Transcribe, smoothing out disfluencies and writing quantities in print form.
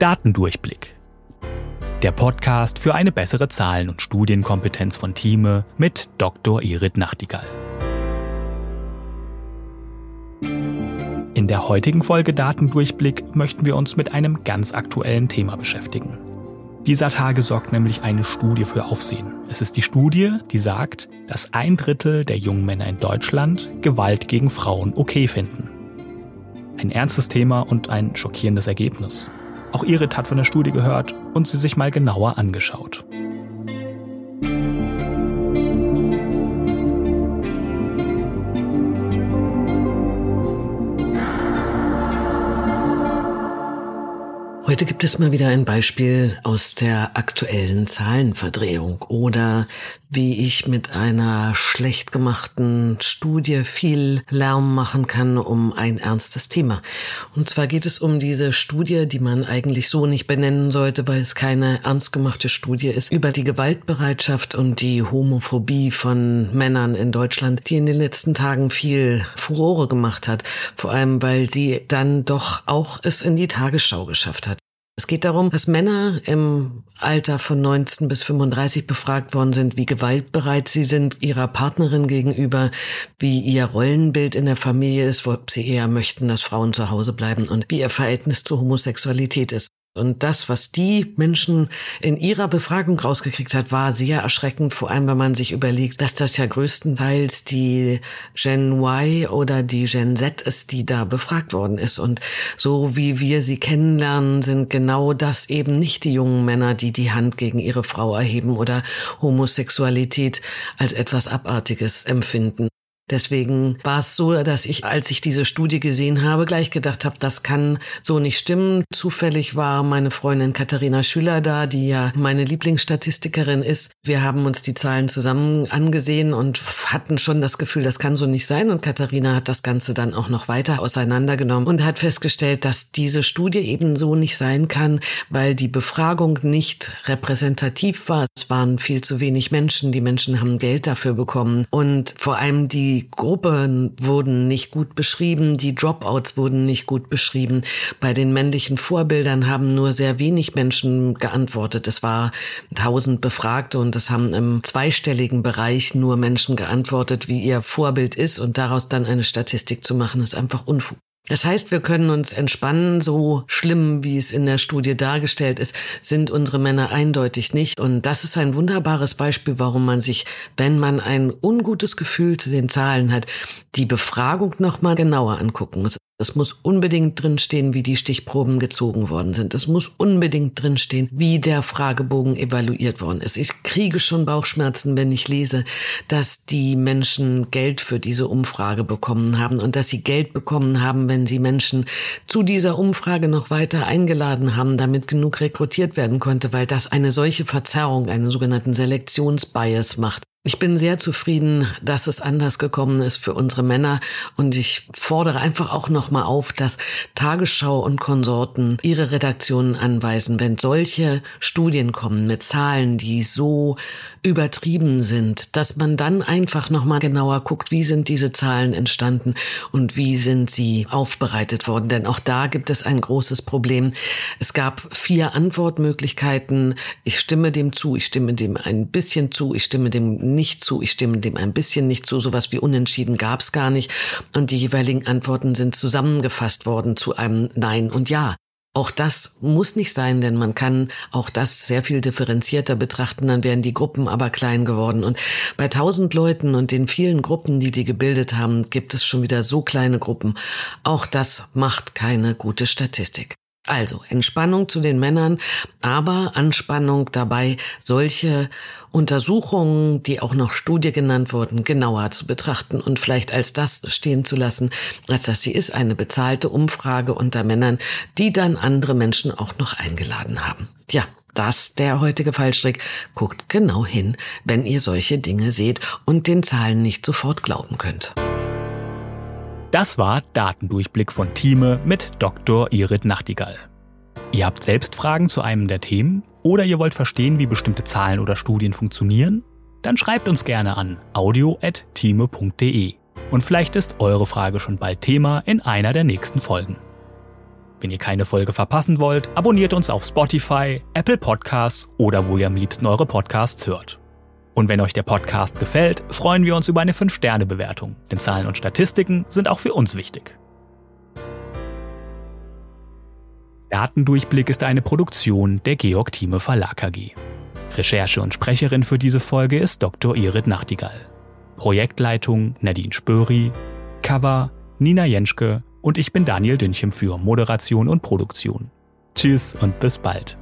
Datendurchblick. Der Podcast für eine bessere Zahlen- und Studienkompetenz von Thieme mit Dr. Irit Nachtigall. In der heutigen Folge Datendurchblick möchten wir uns mit einem ganz aktuellen Thema beschäftigen. Dieser Tage sorgt nämlich eine Studie für Aufsehen. Es ist die Studie, die sagt, dass 1/3 der jungen Männer in Deutschland Gewalt gegen Frauen okay finden. Ein ernstes Thema und ein schockierendes Ergebnis. Auch Irit hat von der Studie gehört und sie sich mal genauer angeschaut. Heute gibt es mal wieder ein Beispiel aus der aktuellen Zahlenverdrehung oder wie ich mit einer schlecht gemachten Studie viel Lärm machen kann um ein ernstes Thema. Und zwar geht es um diese Studie, die man eigentlich so nicht benennen sollte, weil es keine ernst gemachte Studie ist, über die Gewaltbereitschaft und die Homophobie von Männern in Deutschland, die in den letzten Tagen viel Furore gemacht hat. Vor allem, weil sie dann doch auch es in die Tagesschau geschafft hat. Es geht darum, dass Männer im Alter von 19 bis 35 befragt worden sind, wie gewaltbereit sie sind ihrer Partnerin gegenüber, wie ihr Rollenbild in der Familie ist, ob sie eher möchten, dass Frauen zu Hause bleiben und wie ihr Verhältnis zur Homosexualität ist. Und das, was die Menschen in ihrer Befragung rausgekriegt hat, war sehr erschreckend, vor allem wenn man sich überlegt, dass das ja größtenteils die Gen Y oder die Gen Z ist, die da befragt worden ist. Und so wie wir sie kennenlernen, sind genau das eben nicht die jungen Männer, die die Hand gegen ihre Frau erheben oder Homosexualität als etwas Abartiges empfinden. Deswegen war es so, dass ich, als ich diese Studie gesehen habe, gleich gedacht habe, das kann so nicht stimmen. Zufällig war meine Freundin Katharina Schüller da, die ja meine Lieblingsstatistikerin ist. Wir haben uns die Zahlen zusammen angesehen und hatten schon das Gefühl, das kann so nicht sein. Und Katharina hat das Ganze dann auch noch weiter auseinandergenommen und hat festgestellt, dass diese Studie eben so nicht sein kann, weil die Befragung nicht repräsentativ war. Es waren viel zu wenig Menschen. Die Menschen haben Geld dafür bekommen. Und vor allem die Gruppen wurden nicht gut beschrieben, die Dropouts wurden nicht gut beschrieben. Bei den männlichen Vorbildern haben nur sehr wenig Menschen geantwortet. Es war 1000 Befragte und es haben im zweistelligen Bereich nur Menschen geantwortet, wie ihr Vorbild ist, und daraus dann eine Statistik zu machen, ist einfach Unfug. Das heißt, wir können uns entspannen, so schlimm, wie es in der Studie dargestellt ist, sind unsere Männer eindeutig nicht. Und das ist ein wunderbares Beispiel, warum man sich, wenn man ein ungutes Gefühl zu den Zahlen hat, die Befragung nochmal genauer angucken muss. Es muss unbedingt drinstehen, wie die Stichproben gezogen worden sind. Es muss unbedingt drinstehen, wie der Fragebogen evaluiert worden ist. Ich kriege schon Bauchschmerzen, wenn ich lese, dass die Menschen Geld für diese Umfrage bekommen haben und dass sie Geld bekommen haben, wenn sie Menschen zu dieser Umfrage noch weiter eingeladen haben, damit genug rekrutiert werden konnte, weil das eine solche Verzerrung, einen sogenannten Selektionsbias macht. Ich bin sehr zufrieden, dass es anders gekommen ist für unsere Männer, und ich fordere einfach auch nochmal auf, dass Tagesschau und Konsorten ihre Redaktionen anweisen, wenn solche Studien kommen mit Zahlen, die so übertrieben sind, dass man dann einfach nochmal genauer guckt, wie sind diese Zahlen entstanden und wie sind sie aufbereitet worden. Denn auch da gibt es ein großes Problem. Es gab 4 Antwortmöglichkeiten. Ich stimme dem zu, ich stimme dem ein bisschen zu, ich stimme dem nicht zu, ich stimme dem ein bisschen nicht zu. Sowas wie Unentschieden gab es gar nicht. Und die jeweiligen Antworten sind zusammengefasst worden zu einem Nein und Ja. Auch das muss nicht sein, denn man kann auch das sehr viel differenzierter betrachten, dann wären die Gruppen aber klein geworden. Und bei 1000 Leuten und den vielen Gruppen, die gebildet haben, gibt es schon wieder so kleine Gruppen. Auch das macht keine gute Statistik. Also Entspannung zu den Männern, aber Anspannung dabei, solche Untersuchungen, die auch noch Studie genannt wurden, genauer zu betrachten und vielleicht als das stehen zu lassen, als dass sie ist, eine bezahlte Umfrage unter Männern, die dann andere Menschen auch noch eingeladen haben. Ja, das der heutige Fallstrick. Guckt genau hin, wenn ihr solche Dinge seht und den Zahlen nicht sofort glauben könnt. Das war Datendurchblick von Thieme mit Dr. Irit Nachtigall. Ihr habt selbst Fragen zu einem der Themen oder ihr wollt verstehen, wie bestimmte Zahlen oder Studien funktionieren? Dann schreibt uns gerne an audio@thieme.de und vielleicht ist eure Frage schon bald Thema in einer der nächsten Folgen. Wenn ihr keine Folge verpassen wollt, abonniert uns auf Spotify, Apple Podcasts oder wo ihr am liebsten eure Podcasts hört. Und wenn euch der Podcast gefällt, freuen wir uns über eine 5-Sterne-Bewertung, denn Zahlen und Statistiken sind auch für uns wichtig. Datendurchblick ist eine Produktion der Georg Thieme Verlag AG. Recherche und Sprecherin für diese Folge ist Dr. Irit Nachtigall. Projektleitung Nadine Spöri, Cover Nina Jenschke und ich bin Daniel Dünchem für Moderation und Produktion. Tschüss und bis bald.